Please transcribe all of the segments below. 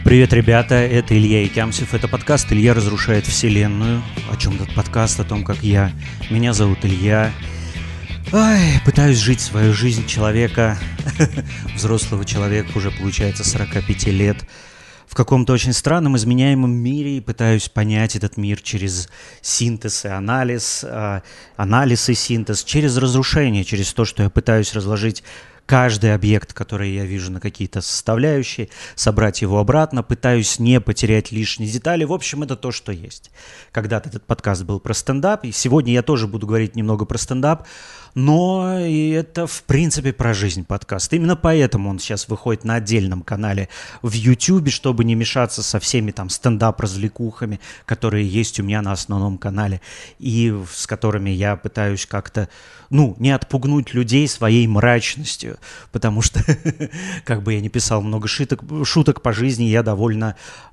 Привет, ребята, это Илья Икямсев, это подкаст «Илья разрушает вселенную». О чем этот подкаст? О том, как меня зовут Илья. Пытаюсь жить свою жизнь человека, взрослого человека, уже получается 45 лет, в каком-то очень странном, изменяемом мире, и пытаюсь понять этот мир через синтез и анализ, анализ и синтез, через разрушение, через то, что я пытаюсь разложить каждый объект, который я вижу, на какие-то составляющие, собрать его обратно, пытаюсь не потерять лишние детали. В общем, это то, что есть. Когда-то этот подкаст был про стендап, и сегодня я тоже буду говорить немного про стендап, но и это, в принципе, про жизнь подкаст. Именно поэтому он сейчас выходит на отдельном канале в YouTube, чтобы не мешаться со всеми там стендап-развлекухами, которые есть у меня на основном канале, и с которыми я пытаюсь как-то, не отпугнуть людей своей мрачностью, потому что, как бы я ни писал много шуток по жизни, я довольно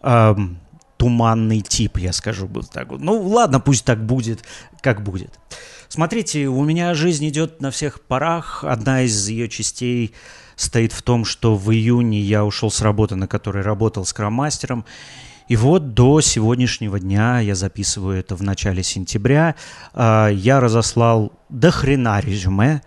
туманный тип, я скажу вот так вот. Ну, ладно, пусть так будет, как будет. Смотрите, у меня жизнь идет на всех парах. Одна из ее частей стоит в том, что в июне я ушел с работы, на которой работал скрам-мастером. И вот до сегодняшнего дня, я записываю это в начале сентября, я разослал дохрена резюме.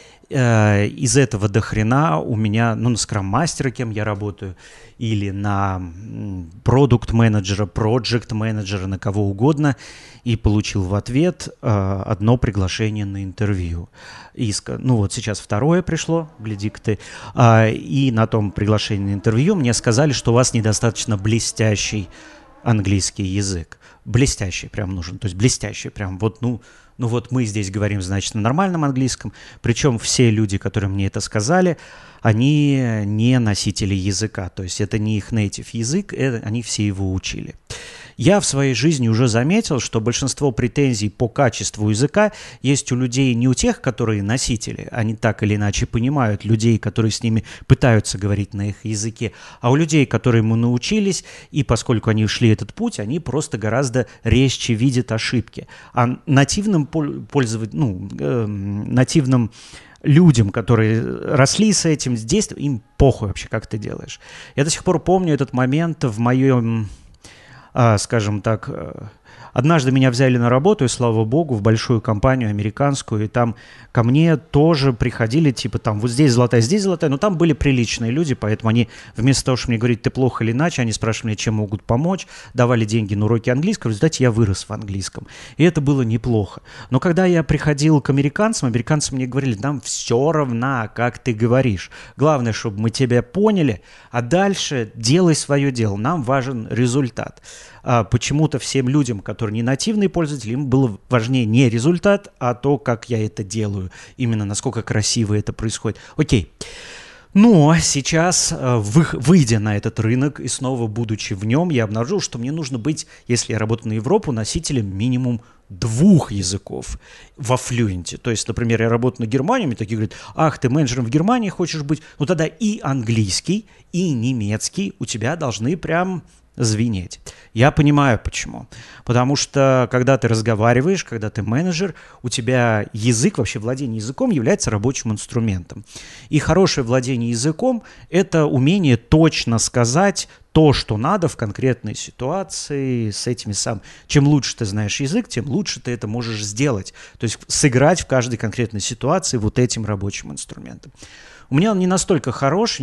Из этого дохрена у меня, на скрам-мастера, кем я работаю, или на продукт-менеджера, проджект-менеджера, на кого угодно, и получил в ответ одно приглашение на интервью. Вот сейчас второе пришло, гляди-ка ты, и на том приглашении на интервью мне сказали, что у вас недостаточно блестящий английский язык. Блестящий прям нужен, то есть блестящий прям вот, вот мы здесь говорим, значит, на нормальном английском, причем все люди, которые мне это сказали, они не носители языка, то есть это не их native язык, они все его учили. Я в своей жизни уже заметил, что большинство претензий по качеству языка есть у людей, не у тех, которые носители, они так или иначе понимают людей, которые с ними пытаются говорить на их языке, а у людей, которые ему научились, и поскольку они шли этот путь, они просто гораздо резче видят ошибки. А нативным нативным людям, которые росли с этим, здесь им похуй вообще, как ты делаешь. Я до сих пор помню этот момент в моем... скажем так, однажды меня взяли на работу, и слава богу, в большую компанию американскую, и там ко мне тоже приходили, типа там вот здесь золотая, но там были приличные люди, поэтому они вместо того, чтобы мне говорить, ты плохо или иначе, они спрашивали меня, чем могут помочь, давали деньги на уроки английского, в результате я вырос в английском, и это было неплохо. Но когда я приходил к американцам мне говорили, нам все равно, как ты говоришь, главное, чтобы мы тебя поняли, а дальше делай свое дело, нам важен результат. Почему-то всем людям, которые не нативные пользователи, им было важнее не результат, а то, как я это делаю, именно насколько красиво это происходит. Окей. Но сейчас, выйдя на этот рынок и снова будучи в нем, я обнаружил, что мне нужно быть, если я работаю на Европу, носителем минимум 2 языков во флюенте. То есть, например, я работаю на Германию, мне такие говорят, ах, ты менеджером в Германии хочешь быть? Ну тогда и английский, и немецкий у тебя должны прям звенеть. Я понимаю, почему. Потому что, когда ты разговариваешь, когда ты менеджер, у тебя язык, вообще владение языком является рабочим инструментом. И хорошее владение языком – это умение точно сказать то, что надо в конкретной ситуации с этими самыми. Чем лучше ты знаешь язык, тем лучше ты это можешь сделать. То есть сыграть в каждой конкретной ситуации вот этим рабочим инструментом. У меня он не настолько хорош,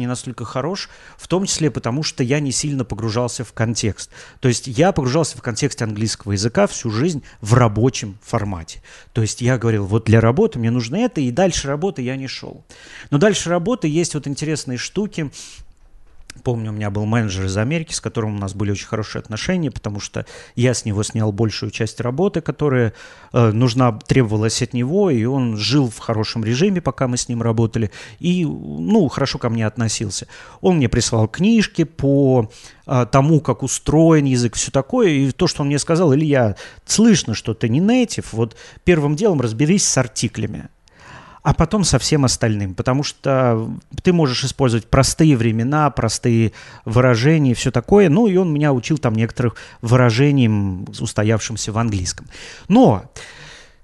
в том числе потому, что я не сильно погружался в контекст. То есть я погружался в контексте английского языка всю жизнь в рабочем формате. То есть я говорил, вот для работы мне нужно это, и дальше работы я не шел. Но дальше работы есть вот интересные штуки. Помню, у меня был менеджер из Америки, с которым у нас были очень хорошие отношения, потому что я с него снял большую часть работы, которая требовалась от него, и он жил в хорошем режиме, пока мы с ним работали, и, хорошо ко мне относился. Он мне прислал книжки по тому, как устроен язык, все такое, и то, что он мне сказал, Илья, слышно, что ты не native, вот первым делом разберись с артиклями. А потом со всем остальным, потому что ты можешь использовать простые времена, простые выражения и все такое. И он меня учил там некоторых выражениям, устоявшимся в английском. Но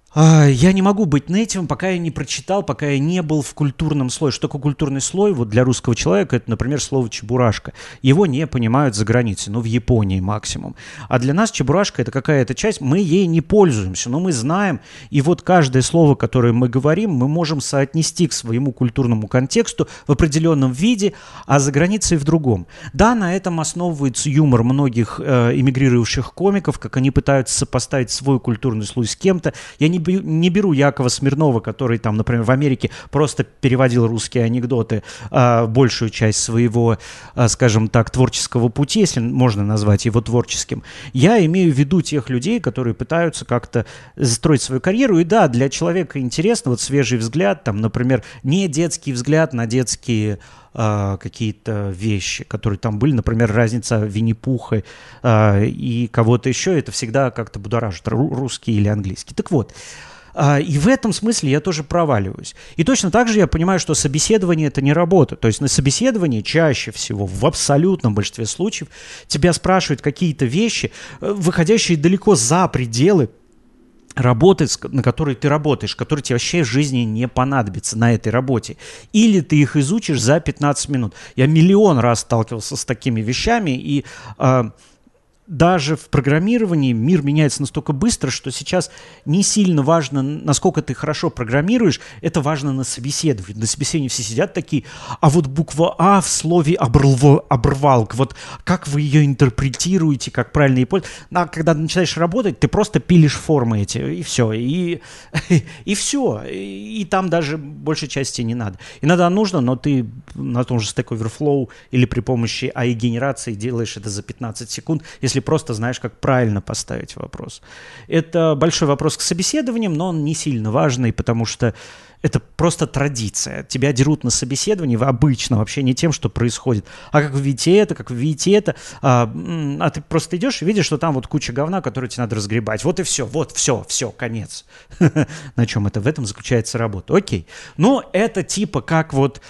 Я не могу быть нейтивом, пока я не прочитал, пока я не был в культурном слое. Что такое культурный слой? Вот для русского человека это, например, слово «чебурашка». Его не понимают за границей, ну, в Японии максимум. А для нас чебурашка – это какая-то часть, мы ей не пользуемся, но мы знаем. И вот каждое слово, которое мы говорим, мы можем соотнести к своему культурному контексту в определенном виде, а за границей в другом. Да, на этом основывается юмор многих эмигрировавших комиков, как они пытаются сопоставить свой культурный слой с кем-то. Я не беру Якова Смирнова, который там, например, в Америке просто переводил русские анекдоты большую часть своего, скажем так, творческого пути, если можно назвать его творческим. Я имею в виду тех людей, которые пытаются как-то строить свою карьеру. И да, для человека интересно, вот свежий взгляд, там, например, не детский взгляд на детские какие-то вещи, которые там были, например, разница Винни-Пуха и кого-то еще, это всегда как-то будоражит, русский или английский. Так вот, и в этом смысле я тоже проваливаюсь. И точно так же я понимаю, что собеседование – это не работа. То есть на собеседовании чаще всего, в абсолютном большинстве случаев, тебя спрашивают какие-то вещи, выходящие далеко за пределы работы, на которой ты работаешь, которые тебе вообще в жизни не понадобятся на этой работе. Или ты их изучишь за 15 минут. Я миллион раз сталкивался с такими вещами, и даже в программировании мир меняется настолько быстро, что сейчас не сильно важно, насколько ты хорошо программируешь, это важно на собеседовании. На собеседовании все сидят такие, а вот буква А в слове оборвалка, вот как вы ее интерпретируете, как правильно ее пользоваться. А когда начинаешь работать, ты просто пилишь формы эти, и все. И все. И там даже большей части не надо. Иногда нужно, но ты на том же Stack Overflow или при помощи AI-генерации делаешь это за 15 секунд, если просто знаешь, как правильно поставить вопрос. Это большой вопрос к собеседованиям, но он не сильно важный, потому что это просто традиция. Тебя дерут на собеседовании обычно вообще не тем, что происходит. А как вы видите это, как вы видите это. А ты просто идешь и видишь, что там вот куча говна, которую тебе надо разгребать. Вот и все, вот все, конец. На чем это? В этом заключается работа. Окей. Но это типа как вот...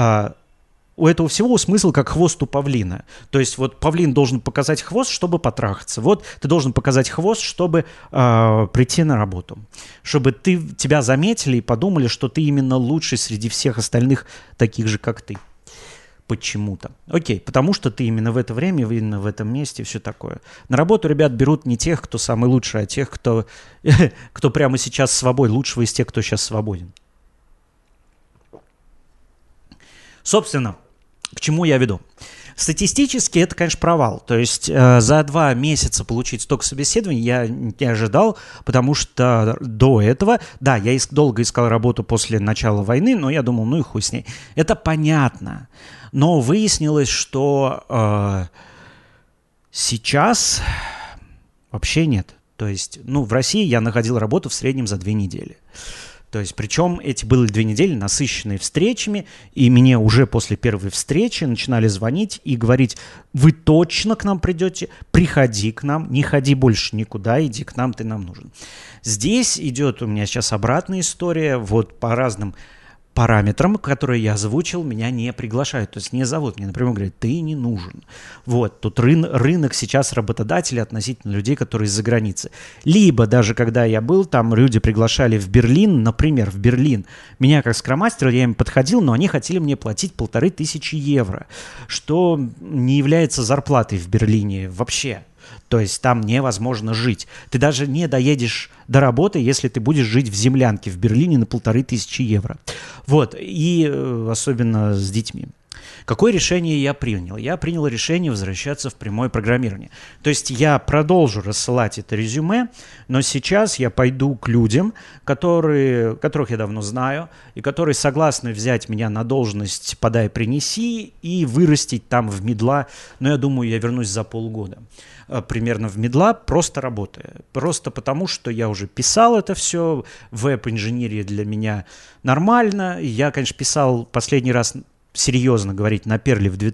У этого всего смысл как хвост у павлина. То есть вот павлин должен показать хвост, чтобы потрахаться. Вот ты должен показать хвост, чтобы прийти на работу. Чтобы тебя заметили и подумали, что ты именно лучший среди всех остальных таких же, как ты. Почему-то. Окей, потому что ты именно в это время, именно в этом месте и все такое. На работу ребят берут не тех, кто самый лучший, а тех, кто прямо сейчас свободен. Лучшего из тех, кто сейчас свободен. Собственно, к чему я веду? Статистически это, конечно, провал. То есть за 2 месяца получить столько собеседований я не ожидал, потому что до этого, да, я долго искал работу после начала войны, но я думал, ну и хуй с ней. Это понятно. Но выяснилось, что сейчас вообще нет. То есть, в России я находил работу в среднем за 2 недели. То есть, причем эти были 2 недели насыщенные встречами, и мне уже после первой встречи начинали звонить и говорить: вы точно к нам придете, приходи к нам, не ходи больше никуда, иди к нам, ты нам нужен. Здесь идет у меня сейчас обратная история, вот по разным параметрам, которые я озвучил, меня не приглашают, то есть не зовут, мне напрямую говорят: ты не нужен. Вот, тут рынок сейчас работодателей относительно людей, которые из-за границы. Либо даже когда я был, там люди приглашали в Берлин, например, в Берлин, меня как скрам-мастера, я им подходил, но они хотели мне платить 1500 евро, что не является зарплатой в Берлине вообще. То есть там невозможно жить. Ты даже не доедешь до работы, если ты будешь жить в землянке в Берлине на 1500 евро. Вот, и особенно с детьми. Какое решение я принял? Я принял решение возвращаться в прямое программирование. То есть я продолжу рассылать это резюме, но сейчас я пойду к людям, которых я давно знаю, и которые согласны взять меня на должность «подай-принеси» и вырастить там в мидла. Но я думаю, я вернусь за полгода. Примерно в мидла, просто работая. Просто потому, что я уже писал это все. Веб-инженерия для меня нормально. Я, конечно, писал последний раз, серьезно говорить, на Перле в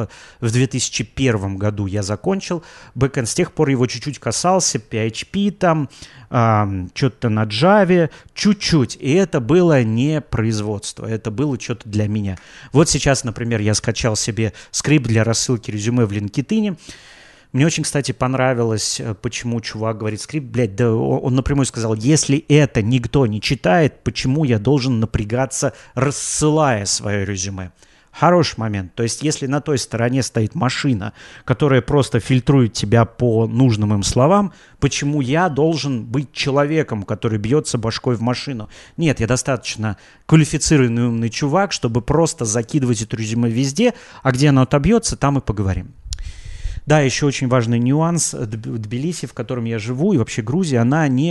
2001 году я закончил. Бэкэнд с тех пор его чуть-чуть касался, PHP там, что-то на Java, чуть-чуть. И это было не производство, это было что-то для меня. Вот сейчас, например, я скачал себе скрипт для рассылки резюме в LinkedIn. Мне очень, кстати, понравилось, почему чувак говорит скрипт, блядь, да он напрямую сказал, если это никто не читает, почему я должен напрягаться, рассылая свое резюме? Хороший момент. То есть, если на той стороне стоит машина, которая просто фильтрует тебя по нужным им словам, почему я должен быть человеком, который бьется башкой в машину? Нет, я достаточно квалифицированный умный чувак, чтобы просто закидывать это резюме везде, а где оно отобьется, там и поговорим. Да, еще очень важный нюанс. Тбилиси, в котором я живу, и вообще Грузия, она не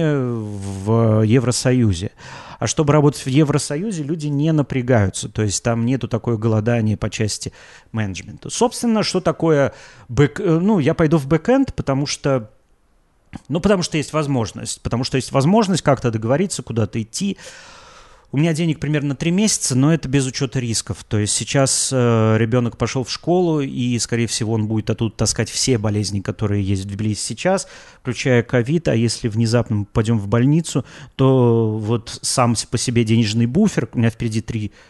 в Евросоюзе. А чтобы работать в Евросоюзе, люди не напрягаются. То есть там нету такое голодание по части менеджмента. Собственно, что такое я пойду в бэкэнд, потому что есть возможность. Потому что есть возможность как-то договориться, куда-то идти. У меня денег примерно 3 месяца, но это без учета рисков. То есть сейчас ребенок пошел в школу, и, скорее всего, он будет оттуда таскать все болезни, которые есть в Тбилиси сейчас, включая ковид. А если внезапно мы попадем в больницу, то вот сам по себе денежный буфер, у меня впереди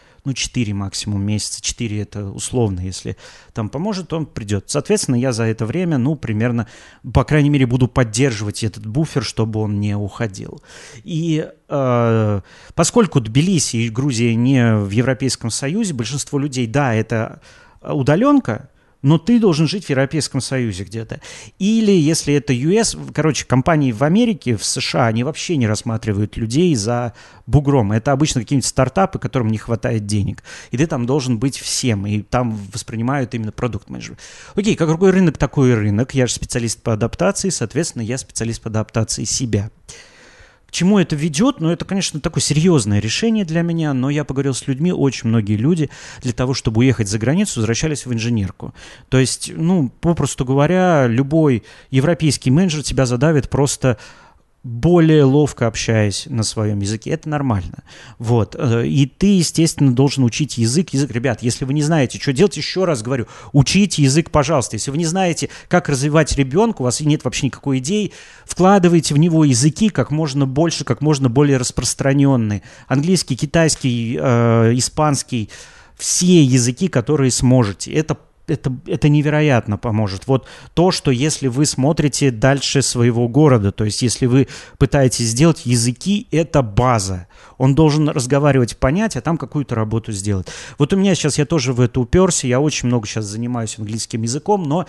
4 максимум месяца, 4 это условно, если там поможет, он придет. Соответственно, я за это время, примерно, по крайней мере, буду поддерживать этот буфер, чтобы он не уходил. И поскольку Тбилиси и Грузия не в Европейском Союзе, большинство людей, да, это удаленка, но ты должен жить в Европейском Союзе где-то. Или, если это US, компании в Америке, в США, они вообще не рассматривают людей за бугром. Это обычно какие-нибудь стартапы, которым не хватает денег. И ты там должен быть всем, и там воспринимают именно продукт-менеджер. Окей, какой рынок, такой рынок. Я же специалист по адаптации, соответственно, я специалист по адаптации себя. К чему это ведет? Это, конечно, такое серьезное решение для меня, но я поговорил с людьми, очень многие люди для того, чтобы уехать за границу, возвращались в инженерку. То есть, попросту говоря, любой европейский менеджер тебя задавит просто более ловко общаясь на своем языке. Это нормально. Вот. И ты, естественно, должен учить язык. Ребят, если вы не знаете, что делать, еще раз говорю, учите язык, пожалуйста. Если вы не знаете, как развивать ребенка, у вас нет вообще никакой идеи, вкладывайте в него языки как можно больше, как можно более распространенные. Английский, китайский, испанский, все языки, которые сможете. Это невероятно поможет. Вот то, что если вы смотрите дальше своего города, то есть если вы пытаетесь сделать языки, это база. Он должен разговаривать, понять, а там какую-то работу сделать. Вот у меня сейчас, я тоже в это уперся, я очень много сейчас занимаюсь английским языком, но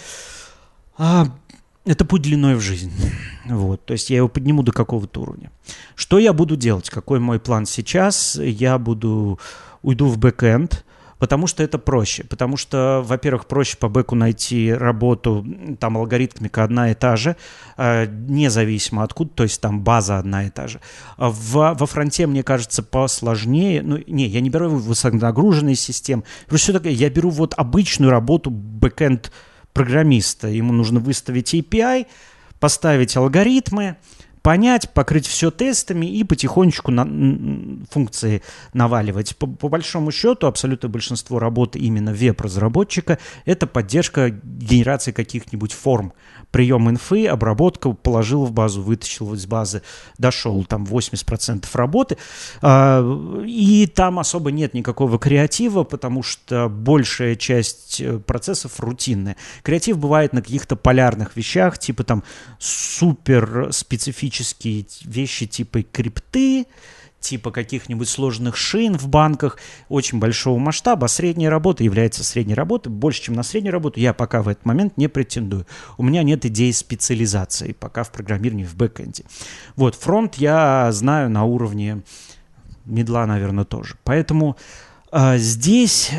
это путь длиной в жизнь. Вот, то есть я его подниму до какого-то уровня. Что я буду делать? Какой мой план сейчас? Я уйду в бэкэнд, потому что это проще. Потому что, во-первых, проще по бэку найти работу, там алгоритмика одна и та же, независимо откуда, то есть там база одна и та же. Во фронте, мне кажется, посложнее. Я не беру высоконагруженные системы. Я беру обычную работу бэкэнд-программиста. Ему нужно выставить API, поставить алгоритмы, понять, покрыть все тестами и потихонечку функции наваливать. По большому счету, абсолютное большинство работы именно веб-разработчика – это поддержка генерации каких-нибудь форм. Прием инфы, обработка, положил в базу, вытащил из базы, дошел, там 80% работы. И там особо нет никакого креатива, потому что большая часть процессов рутинная. Креатив бывает на каких-то полярных вещах, типа там супер специфические вещи типа крипты, типа каких-нибудь сложных шин в банках очень большого масштаба. Средняя работа является средней работой. Больше, чем на среднюю работу, я пока в этот момент не претендую. У меня нет идеи специализации пока в программировании в бэкэнде. Вот, фронт я знаю на уровне мидла, наверное, тоже. Поэтому здесь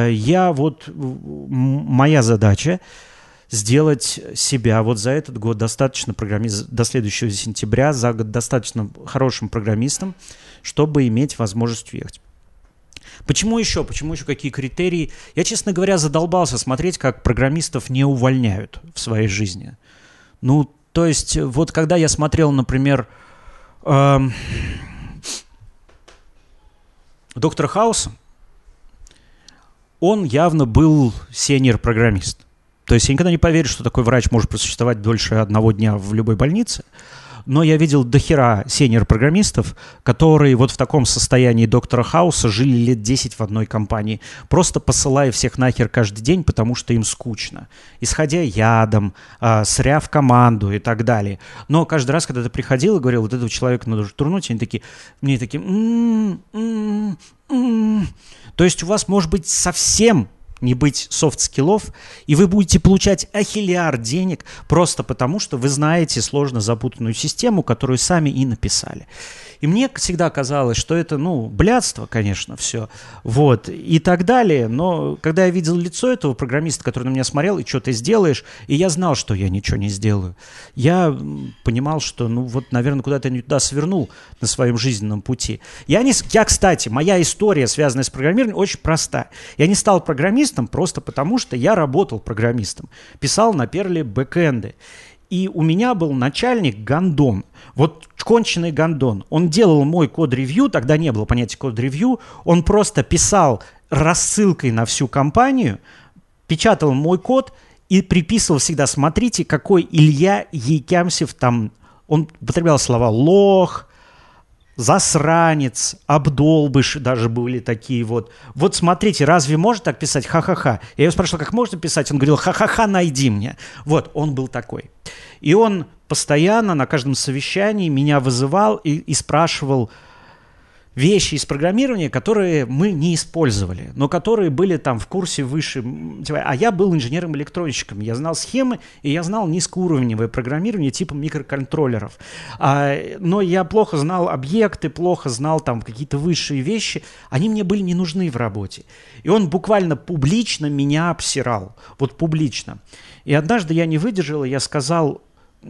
моя задача сделать себя вот за этот год достаточно до следующего сентября, за год достаточно хорошим программистом, чтобы иметь возможность уехать. Почему еще какие критерии? Я, честно говоря, задолбался смотреть, как программистов не увольняют в своей жизни. То есть, вот когда я смотрел, например, Доктора Хауса, он явно был сеньор-программист. То есть я никогда не поверю, что такой врач может просуществовать дольше одного дня в любой больнице. но я видел дохера сеньор-программистов, которые вот в таком состоянии доктора Хауса жили лет 10 в одной компании, просто посылая всех нахер каждый день, потому что им скучно, исходя ядом, сря в команду и так далее. Но каждый раз, когда ты приходил и говорил, вот этого человека надо турнуть, они такие, мне такие, То есть у вас может быть совсем не быть софт-скиллов, и вы будете получать ахиллиард денег просто потому, что вы знаете сложно запутанную систему, которую сами и написали. И мне всегда казалось, что это, блядство, конечно, все, вот, и так далее. Но когда я видел лицо этого программиста, который на меня смотрел, и что ты сделаешь, и я знал, что я ничего не сделаю, я понимал, что, наверное, куда-то я не туда свернул на своем жизненном пути. Кстати, моя история, связанная с программированием, очень проста. Я не стал программистом просто потому, что я работал программистом. Писал на Перле бэкэнды. И у меня был начальник гондон. Вот конченый гондон. Он делал мой код-ревью, тогда не было понятия код-ревью, он просто писал рассылкой на всю компанию, печатал мой код и приписывал всегда, смотрите, какой Илья Якямсев там, он употреблял слова лох, засранец, обдолбыш, даже были такие вот. Вот смотрите, разве можно так писать? Ха-ха-ха. Я его спрашивал, как можно писать? Он говорил, ха-ха-ха, найди мне. Вот, он был такой. И он постоянно на каждом совещании меня вызывал и спрашивал вещи из программирования, которые мы не использовали, но которые были там в курсе выше. А я был инженером-электронщиком, я знал схемы, и я знал низкоуровневое программирование типа микроконтроллеров. Но я плохо знал объекты, плохо знал там какие-то высшие вещи, они мне были не нужны в работе. И он буквально публично меня обсирал, вот публично. И однажды я не выдержал, и я сказал,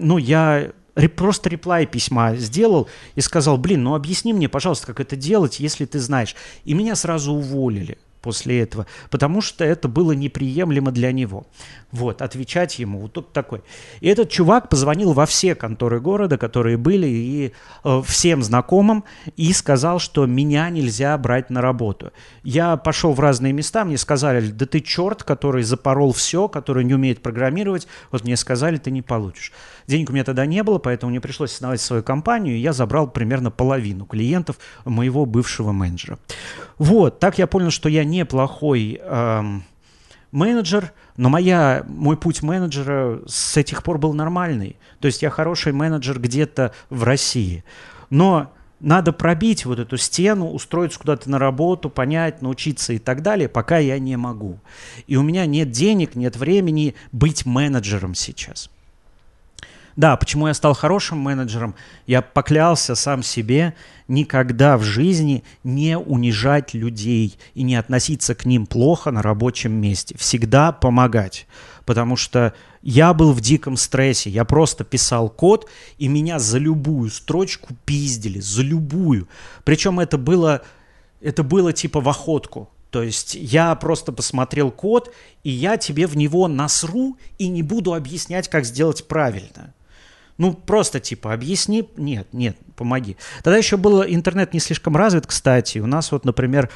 я просто реплай письма сделал и сказал, объясни мне, пожалуйста, как это делать, если ты знаешь. И меня сразу уволили после этого, потому что это было неприемлемо для него. Вот, отвечать ему, вот тут такой. И этот чувак позвонил во все конторы города, которые были, и всем знакомым, и сказал, что меня нельзя брать на работу. Я пошел в разные места, мне сказали, да ты черт, который запорол все, который не умеет программировать, вот мне сказали, ты не получишь. Денег у меня тогда не было, поэтому мне пришлось основать свою компанию, и я забрал примерно половину клиентов моего бывшего менеджера. Вот, так я понял, что я неплохой менеджер, но мой путь менеджера с этих пор был нормальный. То есть я хороший менеджер где-то в России. Но надо пробить вот эту стену, устроиться куда-то на работу, понять, научиться и так далее, пока я не могу. И у меня нет денег, нет времени быть менеджером сейчас. Да, почему я стал хорошим менеджером? Я поклялся сам себе никогда в жизни не унижать людей и не относиться к ним плохо на рабочем месте. Всегда помогать. Потому что я был в диком стрессе. Я просто писал код, и меня за любую строчку пиздили. За любую. Причем это было типа в охотку. То есть я просто посмотрел код, и я тебе в него насру и не буду объяснять, как сделать правильно. Просто типа объясни. Нет, помоги. Тогда еще был интернет не слишком развит, кстати. У нас вот, например,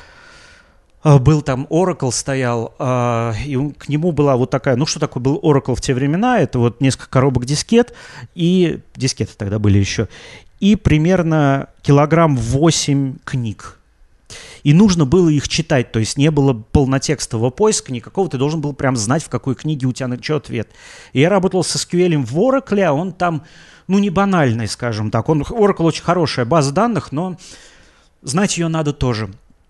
был там Oracle стоял, и к нему была вот такая, что такое был Oracle в те времена? Это вот несколько коробок дискет, и дискеты тогда были еще, и примерно 8 килограмм книг. И нужно было их читать, то есть не было полнотекстового поиска никакого, ты должен был прям знать, в какой книге у тебя на что ответ. И я работал с SQL в Oracle, а он там, не банальный, скажем так. Oracle очень хорошая база данных, но знать ее надо тоже.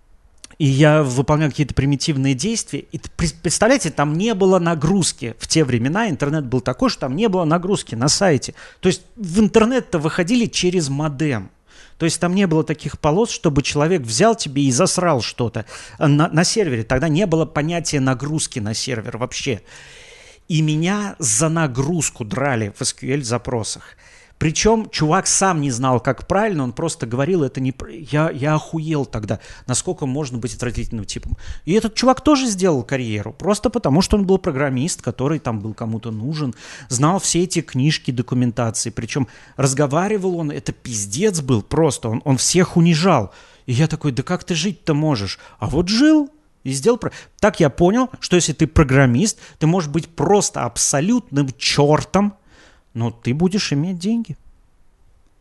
И я выполнял какие-то примитивные действия. И представляете, там не было нагрузки. В те времена интернет был такой, что там не было нагрузки на сайте. То есть в интернет-то выходили через модем. То есть там не было таких полос, чтобы человек взял тебе и засрал что-то на сервере. Тогда не было понятия нагрузки на сервер вообще. И меня за нагрузку драли в SQL-запросах. Причем чувак сам не знал, как правильно, он просто говорил, это не... Я охуел тогда, насколько можно быть отвратительным типом. И этот чувак тоже сделал карьеру, просто потому что он был программист, который там был кому-то нужен, знал все эти книжки, документации. Причем разговаривал он, это пиздец был просто, он всех унижал. И я такой, да как ты жить-то можешь? А вот жил. И сделал... Так я понял, что если ты программист, ты можешь быть просто абсолютным чертом, но ты будешь иметь деньги.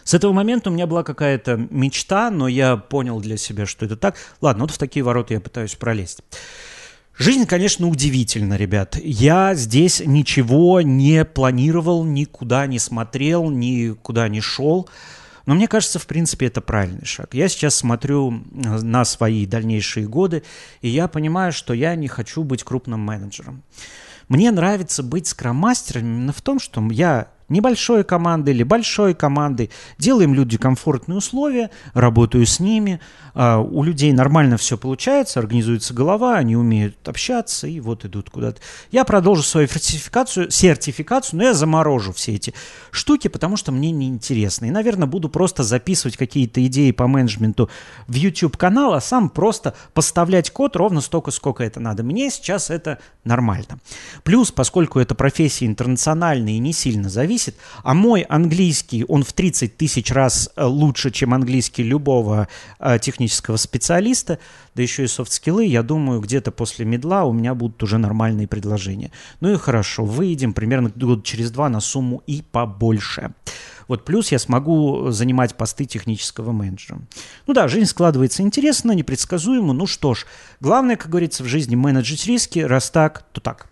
С этого момента у меня была какая-то мечта, но я понял для себя, что это так. Ладно, вот в такие ворота я пытаюсь пролезть. Жизнь, конечно, удивительна, ребят. Я здесь ничего не планировал, никуда не смотрел, никуда не шел. Но мне кажется, в принципе, это правильный шаг. Я сейчас смотрю на свои дальнейшие годы, и я понимаю, что я не хочу быть крупным менеджером. Мне нравится быть скрам-мастером именно в том, что я небольшой командой или большой командой делаем люди комфортные условия, работаю с ними, у людей нормально все получается, организуется голова, они умеют общаться и вот идут куда-то. Я продолжу свою сертификацию, но я заморожу все эти штуки, потому что мне неинтересно. И, наверное, буду просто записывать какие-то идеи по менеджменту в YouTube-канал, а сам просто поставлять код ровно столько, сколько это надо. Мне сейчас это нормально. Плюс, поскольку эта профессия интернациональная и не сильно зависит, а мой английский, он в 30 тысяч раз лучше, чем английский любого технического специалиста, да еще и софт-скиллы, я думаю, где-то после мидла у меня будут уже нормальные предложения. Ну и хорошо, выйдем примерно год через 2 на сумму и побольше. Вот плюс я смогу занимать посты технического менеджера. Ну да, жизнь складывается интересно, непредсказуемо. Ну что ж, главное, как говорится, в жизни менеджить риски. Раз так, то так.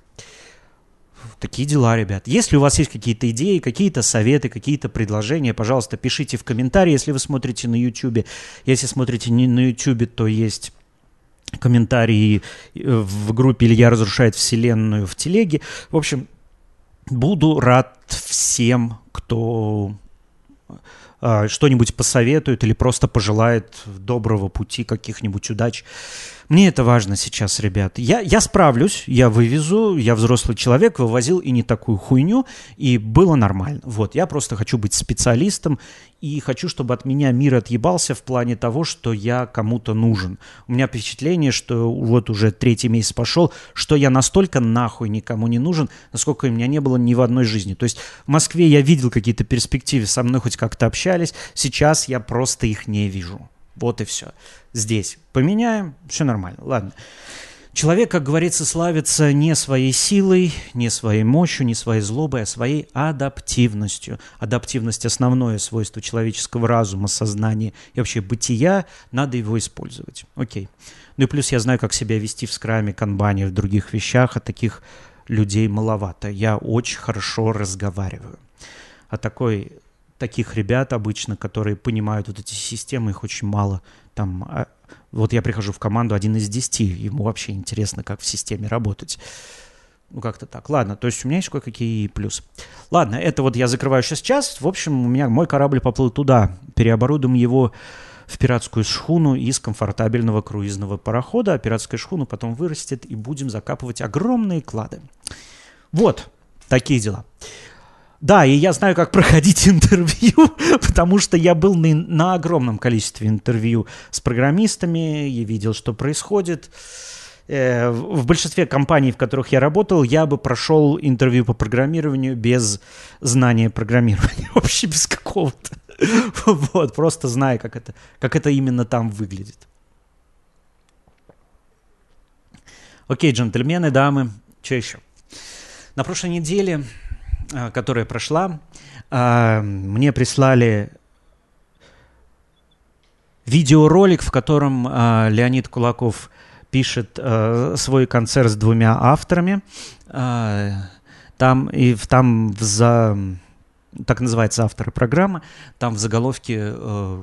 Такие дела, ребят. Если у вас есть какие-то идеи, какие-то советы, какие-то предложения, пожалуйста, пишите в комментарии, если вы смотрите на YouTube. Если смотрите не на YouTube, то есть комментарии в группе «Илья разрушает вселенную» в телеге. В общем, буду рад всем, кто что-нибудь посоветует или просто пожелает доброго пути, каких-нибудь удач. Мне это важно сейчас, ребят. Я справлюсь, я вывезу, я взрослый человек, вывозил и не такую хуйню, и было нормально. Вот, я просто хочу быть специалистом и хочу, чтобы от меня мир отъебался в плане того, что я кому-то нужен. У меня впечатление, что вот уже 3-й месяц пошел, что я настолько нахуй никому не нужен, насколько у меня не было ни в одной жизни. То есть в Москве я видел какие-то перспективы, со мной хоть как-то общались, сейчас я просто их не вижу. Вот и все. Здесь поменяем, все нормально. Ладно. Человек, как говорится, славится не своей силой, не своей мощью, не своей злобой, а своей адаптивностью. Адаптивность – основное свойство человеческого разума, сознания и вообще бытия. Надо его использовать. Окей. Ну и плюс я знаю, как себя вести в скраме, канбане, в других вещах, а таких людей маловато. Я очень хорошо разговариваю. Таких ребят обычно, которые понимают вот эти системы, их очень мало. Там, вот я прихожу в команду 1 из 10, ему вообще интересно, как в системе работать. Ну, как-то так. Ладно, то есть у меня есть кое-какие плюсы. Ладно, это вот я закрываю сейчас час. В общем, мой корабль поплыл туда. Переоборудуем его в пиратскую шхуну из комфортабельного круизного парохода. А пиратская шхуна потом вырастет, и будем закапывать огромные клады. Вот, такие дела. Да, и я знаю, как проходить интервью, потому что я был на огромном количестве интервью с программистами, я видел, что происходит. В большинстве компаний, в которых я работал, я бы прошел интервью по программированию без знания программирования, вообще без какого-то. Вот, просто зная, как это именно там выглядит. Окей, джентльмены, дамы, что еще? На прошлой неделе, которая прошла, мне прислали видеоролик, в котором Леонид Кулаков пишет свой концерт с 2 авторами. Там так называется авторы программы, там в заголовке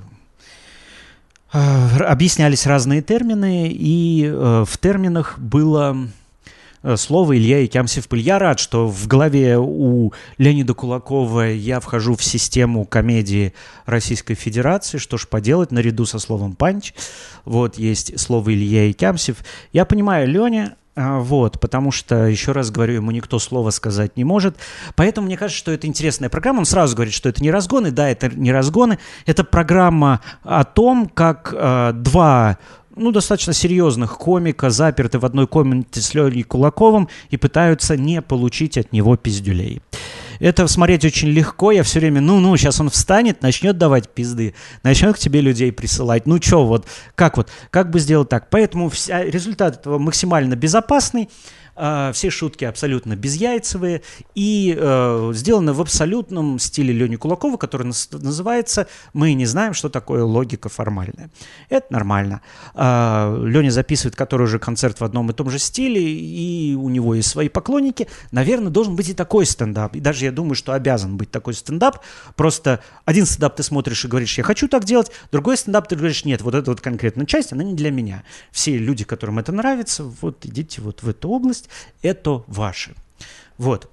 объяснялись разные термины, и в терминах было слово «Илья Якямсев-Пыль». Я рад, что в голове у Леонида Кулакова я вхожу в систему комедии Российской Федерации. Что ж поделать, наряду со словом «панч». Вот есть слово «Илья Якямсев». Я понимаю Леня, вот, потому что, еще раз говорю, ему никто слова сказать не может. Поэтому мне кажется, что это интересная программа. Он сразу говорит, что это не разгоны. Да, это не разгоны. Это программа о том, как два достаточно серьезных комика заперты в одной комнате с Леней Кулаковым и пытаются не получить от него пиздюлей. Это смотреть очень легко, я все время, сейчас он встанет, начнет давать пизды, начнет к тебе людей присылать, как бы сделать так. Поэтому результат этого максимально безопасный. Все шутки абсолютно безяйцевые и сделаны в абсолютном стиле Лени Кулакова, который называется «Мы не знаем, что такое логика формальная». Это нормально. Леня записывает который уже концерт в одном и том же стиле, и у него есть свои поклонники. Наверное, должен быть и такой стендап. И даже я думаю, что обязан быть такой стендап. Просто один стендап ты смотришь и говоришь, я хочу так делать, другой стендап ты говоришь, нет, вот эта вот конкретная часть, она не для меня. Все люди, которым это нравится, вот идите вот в эту область, это ваше. Вот.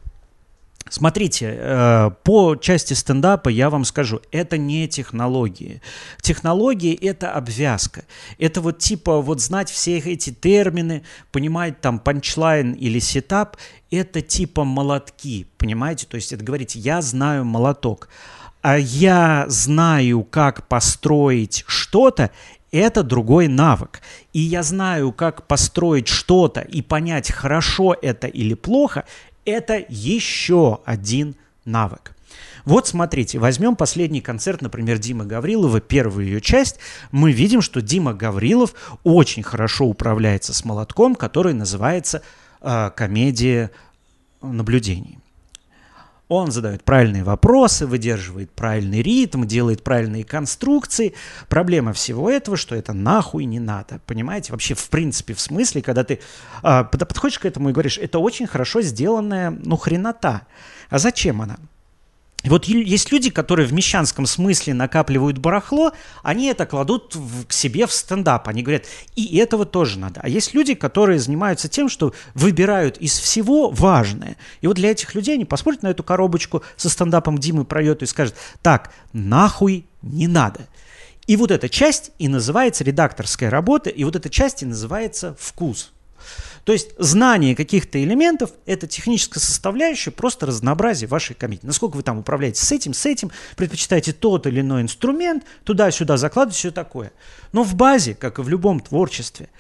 Смотрите, по части стендапа я вам скажу, это не технологии. Технологии – это обвязка. Это вот типа вот знать все эти термины, понимать там панчлайн или сетап – это типа молотки, понимаете? То есть это говорить «я знаю молоток», а «я знаю, как построить что-то» – это другой навык. И я знаю, как построить что-то и понять, хорошо это или плохо – это еще один навык. Вот смотрите, возьмем последний концерт, например, Димы Гаврилова, первую ее часть. Мы видим, что Дима Гаврилов очень хорошо управляется с молотком, который называется «Комедия наблюдений». Он задает правильные вопросы, выдерживает правильный ритм, делает правильные конструкции. Проблема всего этого, что это нахуй не надо. Понимаете? Вообще, в принципе, в смысле, когда ты подходишь к этому и говоришь, это очень хорошо сделанная, хренота. А зачем она? И вот есть люди, которые в мещанском смысле накапливают барахло, они это кладут к себе в стендап. Они говорят, и этого тоже надо. А есть люди, которые занимаются тем, что выбирают из всего важное. И вот для этих людей они посмотрят на эту коробочку со стендапом Димы про йоту и скажут, так, нахуй не надо. И вот эта часть и называется редакторская работа, и вот эта часть и называется вкус. То есть знание каких-то элементов – это техническая составляющая, просто разнообразие вашей комедии. Насколько вы там управляете с этим, предпочитаете тот или иной инструмент, туда-сюда закладываете, все такое. Но в базе, как и в любом творчестве,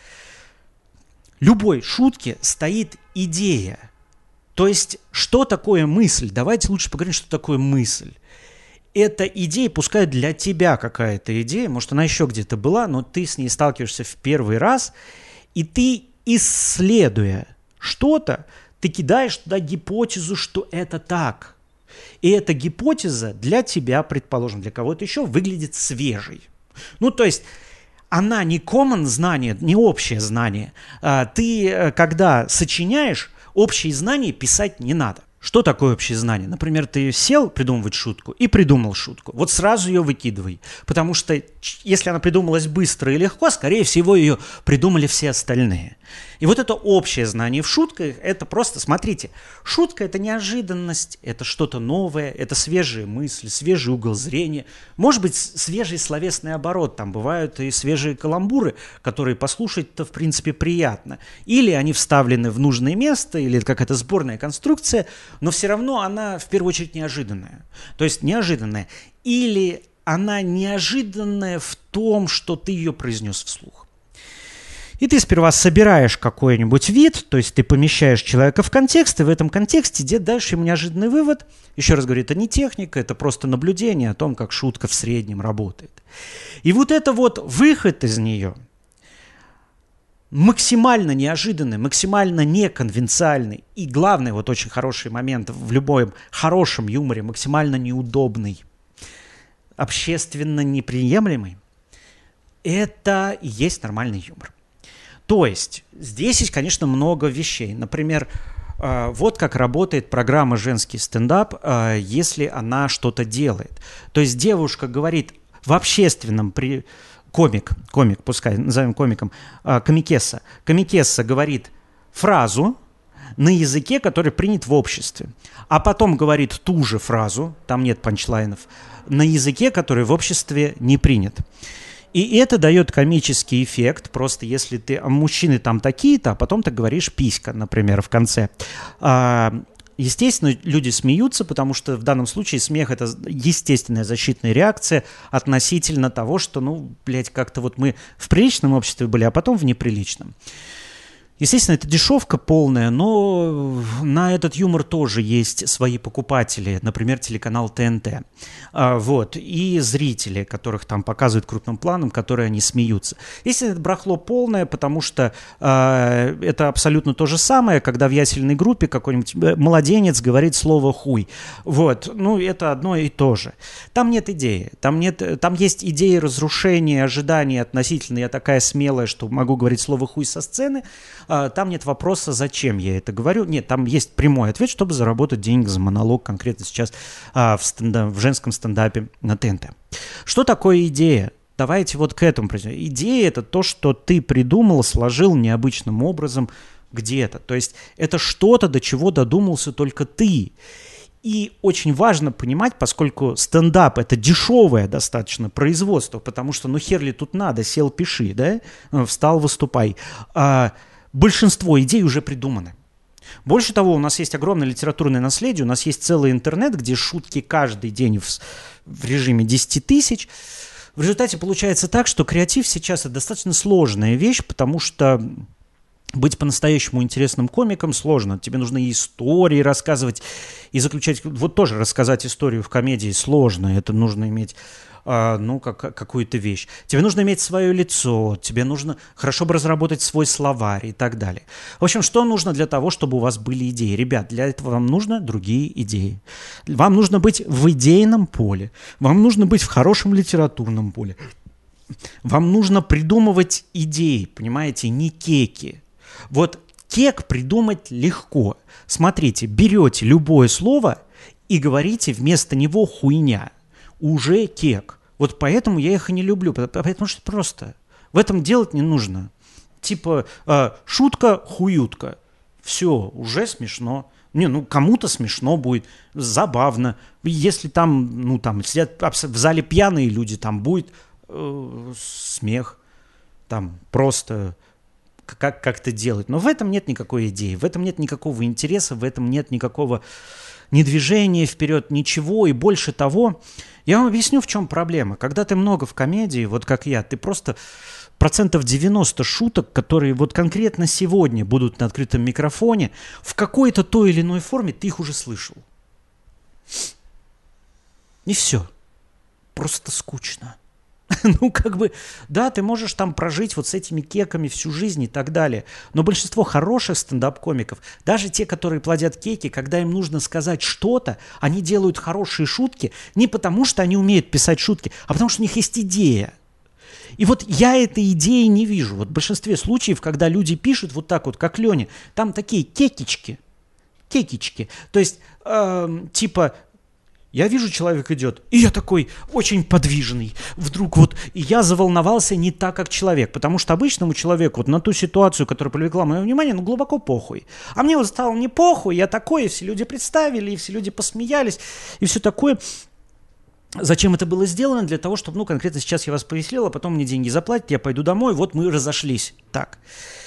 любой шутки стоит идея. То есть, что такое мысль? Давайте лучше поговорим, что такое мысль. Эта идея, пускай для тебя какая-то идея, может, она еще где-то была, но ты с ней сталкиваешься в первый раз, и ты, исследуя что-то, ты кидаешь туда гипотезу, что это так. И эта гипотеза для тебя, предположим, для кого-то еще выглядит свежей. То есть она не common знание, не общее знание. Ты, когда сочиняешь, общие знания писать не надо. Что такое общее знание? Например, ты сел придумывать шутку и придумал шутку. Вот сразу ее выкидывай. Потому что если она придумалась быстро и легко, скорее всего, ее придумали все остальные. И вот это общее знание в шутках, это просто, смотрите, шутка – это неожиданность, это что-то новое, это свежая мысль, свежий угол зрения. Может быть, свежий словесный оборот. Там бывают и свежие каламбуры, которые послушать-то, в принципе, приятно. Или они вставлены в нужное место, или какая-то сборная конструкция, но все равно она, в первую очередь, неожиданная. То есть неожиданная. Или она неожиданная в том, что ты ее произнес вслух. И ты сперва собираешь какой-нибудь вид, то есть ты помещаешь человека в контекст, и в этом контексте где дальше ему неожиданный вывод. Еще раз говорю, это не техника, это просто наблюдение о том, как шутка в среднем работает. И вот это вот выход из нее максимально неожиданный, максимально неконвенциальный и, главный, вот очень хороший момент в любом хорошем юморе, максимально неудобный, общественно неприемлемый, это и есть нормальный юмор. То есть здесь есть, конечно, много вещей. Например, вот как работает программа «Женский стендап», если она что-то делает. То есть девушка говорит в общественном... Комик, пускай назовем комиком, комикесса. Комикесса говорит фразу на языке, который принят в обществе. А потом говорит ту же фразу, там нет панчлайнов, на языке, который в обществе не принят. И это дает комический эффект, просто если ты, мужчины там такие-то, а потом ты говоришь писька, например, в конце. Естественно, люди смеются, потому что в данном случае смех – это естественная защитная реакция относительно того, что, как-то вот мы в приличном обществе были, а потом в неприличном. Естественно, это дешевка полная, но на этот юмор тоже есть свои покупатели, например, телеканал ТНТ. Вот. И зрители, которых там показывают крупным планом, которые они смеются. Естественно, это барахло полное, потому что это абсолютно то же самое, когда в ясельной группе какой-нибудь младенец говорит слово «хуй». Вот. Ну, это одно и то же. Там нет идеи. Там есть идеи разрушения, ожиданий относительно. Я такая смелая, что могу говорить слово «хуй» со сцены. Там нет вопроса, зачем я это говорю. Нет, там есть прямой ответ, чтобы заработать деньги за монолог конкретно сейчас в женском стендапе на ТНТ. Что такое идея? Давайте вот к этому придем. Идея – это то, что ты придумал, сложил необычным образом где-то. То есть это что-то, до чего додумался только ты. И очень важно понимать, поскольку стендап – это дешевое достаточно производство, потому что ну хер ли тут надо, сел, пиши, да, встал, выступай. Большинство идей уже придуманы. Больше того, у нас есть огромное литературное наследие, у нас есть целый интернет, где шутки каждый день в режиме 10 тысяч. В результате получается так, что креатив сейчас – это достаточно сложная вещь, потому что быть по-настоящему интересным комиком сложно. Тебе нужно и истории рассказывать, и заключать... Вот тоже рассказать историю в комедии сложно. Это нужно иметь... какую-то вещь. Тебе нужно иметь свое лицо, тебе нужно хорошо бы разработать свой словарь и так далее. В общем, что нужно для того, чтобы у вас были идеи? Ребят, для этого вам нужны другие идеи. Вам нужно быть в идейном поле, вам нужно быть в хорошем литературном поле. Вам нужно придумывать идеи, понимаете, не кеки. Вот кек придумать легко. Смотрите, берете любое слово и говорите вместо него хуйня. Уже кек. Вот поэтому я их и не люблю, потому что просто. В этом делать не нужно. Типа шутка, хуютка. Все, уже смешно. Кому-то смешно будет, забавно. Если там, сидят в зале пьяные люди, там будет смех. Там просто как-то делать. Но в этом нет никакой идеи, в этом нет никакого интереса, в этом нет никакого ни движения вперед, ничего. И больше того, я вам объясню, в чем проблема. Когда ты много в комедии, вот как я, ты просто 90% шуток, которые вот конкретно сегодня будут на открытом микрофоне, в какой-то той или иной форме ты их уже слышал. И все. Просто скучно. Да, ты можешь там прожить вот с этими кеками всю жизнь и так далее. Но большинство хороших стендап-комиков, даже те, которые плодят кеки, когда им нужно сказать что-то, они делают хорошие шутки не потому, что они умеют писать шутки, а потому, что у них есть идея. И вот я этой идеи не вижу. Вот в большинстве случаев, когда люди пишут вот так вот, как Леня, там такие кекички. То есть, типа... Я вижу, человек идет, и я такой очень подвижный. Вдруг вот и я заволновался не так, как человек, потому что обычному человеку вот на ту ситуацию, которая привлекла мое внимание, глубоко похуй. А мне вот стало не похуй, я такой, и все люди представили, и все люди посмеялись, и все такое. Зачем это было сделано? Для того, чтобы, конкретно сейчас я вас повеселил, а потом мне деньги заплатят, я пойду домой, вот мы разошлись. Так.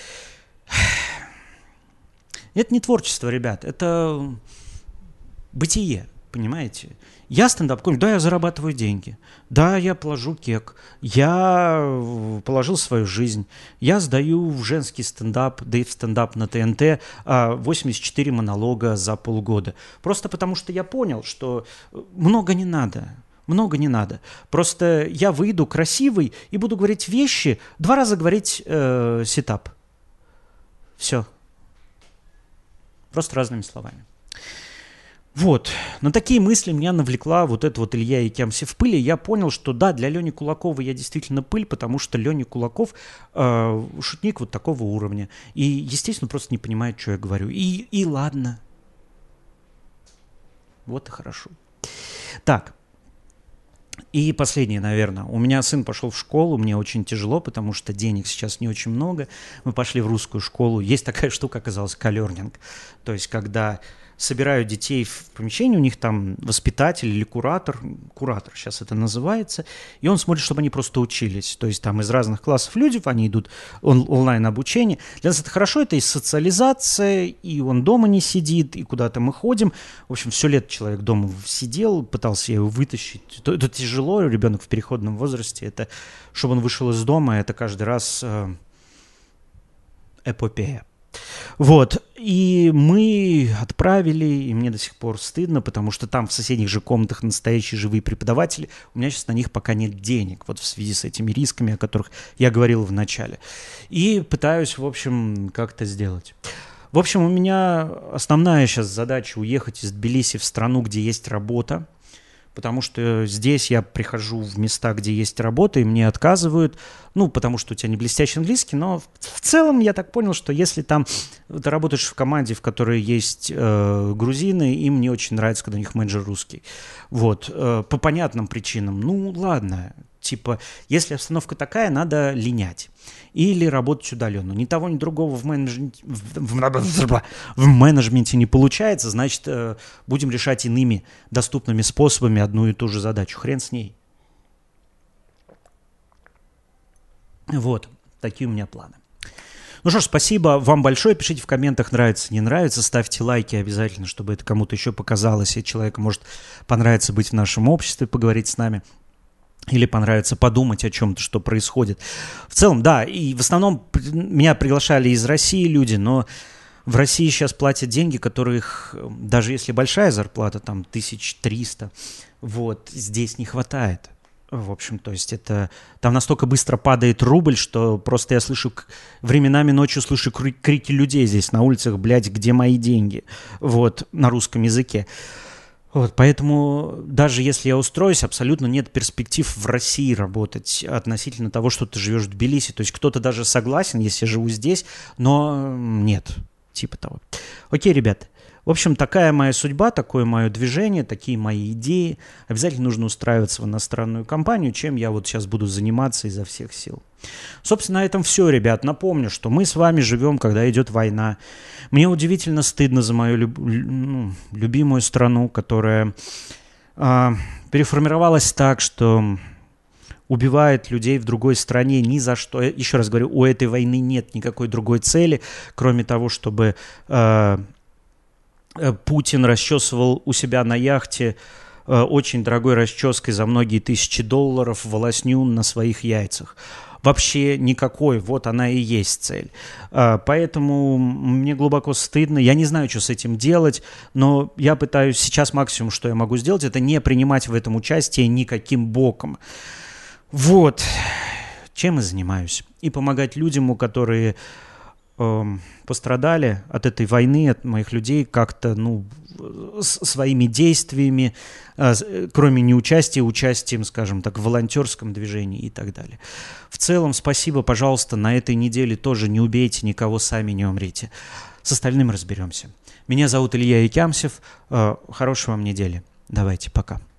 Это не творчество, ребят, это бытие. Понимаете? Я стендап-комик, да, я зарабатываю деньги, да, я положу кек, я положил свою жизнь, я сдаю в женский стендап, да и в стендап на ТНТ 84 монолога за полгода. Просто потому что я понял, что много не надо. Просто я выйду красивый и буду говорить вещи, 2 раза говорить сетап. Все. Просто разными словами. Вот, на такие мысли меня навлекла вот эта вот Илья Икемси в пыли. Я понял, что да, для Лени Кулакова я действительно пыль, потому что Леня Кулаков шутник вот такого уровня. И, естественно, просто не понимает, что я говорю. И ладно. Вот и хорошо. Так. И последнее, наверное. У меня сын пошел в школу, мне очень тяжело, потому что денег сейчас не очень много. Мы пошли в русскую школу. Есть такая штука, оказалась, колернинг. То есть, когда собирают детей в помещении, у них там воспитатель или куратор сейчас это называется, и он смотрит, чтобы они просто учились. То есть там из разных классов люди, они идут онлайн-обучение. Для нас это хорошо, это и социализация, и он дома не сидит, и куда-то мы ходим. В общем, все лето человек дома сидел, пытался его вытащить. Это тяжело, ребенок в переходном возрасте, это, чтобы он вышел из дома, это каждый раз эпопея. Вот, и мы отправили, и мне до сих пор стыдно, потому что там в соседних же комнатах настоящие живые преподаватели, у меня сейчас на них пока нет денег, вот в связи с этими рисками, о которых я говорил в начале. И пытаюсь, в общем, как-то сделать. В общем, у меня основная сейчас задача уехать из Тбилиси в страну, где есть работа, потому что здесь я прихожу в места, где есть работа, и мне отказывают, ну, потому что у тебя не блестящий английский, но в целом я так понял, что если там ты работаешь в команде, в которой есть грузины, им не очень нравится, когда у них менеджер русский. Вот, по понятным причинам. Ну, ладно, типа, если обстановка такая, надо линять. Или работать удаленно. Ни того, ни другого в менеджменте не получается, значит, будем решать иными доступными способами одну и ту же задачу. Хрен с ней. Вот, такие у меня планы. Ну что ж, спасибо вам большое. Пишите в комментах, нравится, не нравится. Ставьте лайки обязательно, чтобы это кому-то еще показалось. И человеку может понравиться быть в нашем обществе, поговорить с нами. Или понравится подумать о чем-то, что происходит. В целом, да, и в основном меня приглашали из России люди, но в России сейчас платят деньги, которых, даже если большая зарплата, там 1300, вот, здесь не хватает. В общем, то есть это... Там настолько быстро падает рубль, что просто я слышу... Временами ночью слышу крики людей здесь на улицах, блядь, где мои деньги? Вот, на русском языке. Вот, поэтому даже если я устроюсь, абсолютно нет перспектив в России работать относительно того, что ты живешь в Тбилиси. То есть кто-то даже согласен, если я живу здесь, но нет, типа того. Окей, ребят. В общем, такая моя судьба, такое мое движение, такие мои идеи. Обязательно нужно устраиваться в иностранную компанию, чем я вот сейчас буду заниматься изо всех сил. Собственно, на этом все, ребят. Напомню, что мы с вами живем, когда идет война. Мне удивительно стыдно за мою любимую страну, которая переформировалась так, что убивает людей в другой стране ни за что. Еще раз говорю, у этой войны нет никакой другой цели, кроме того, чтобы Путин расчесывал у себя на яхте очень дорогой расческой за многие тысячи долларов волосню на своих яйцах. Вообще никакой, вот она и есть цель. Поэтому мне глубоко стыдно, я не знаю, что с этим делать, но я пытаюсь сейчас максимум, что я могу сделать, это не принимать в этом участие никаким боком. Вот, чем я занимаюсь. И помогать людям, которые пострадали от этой войны, от моих людей, как-то, своими действиями, кроме неучастия, участием, скажем так, в волонтерском движении и так далее. В целом, спасибо, пожалуйста, на этой неделе тоже не убейте никого, сами не умрите. С остальным разберемся. Меня зовут Илья Икямсев. Хорошей вам недели. Давайте, пока.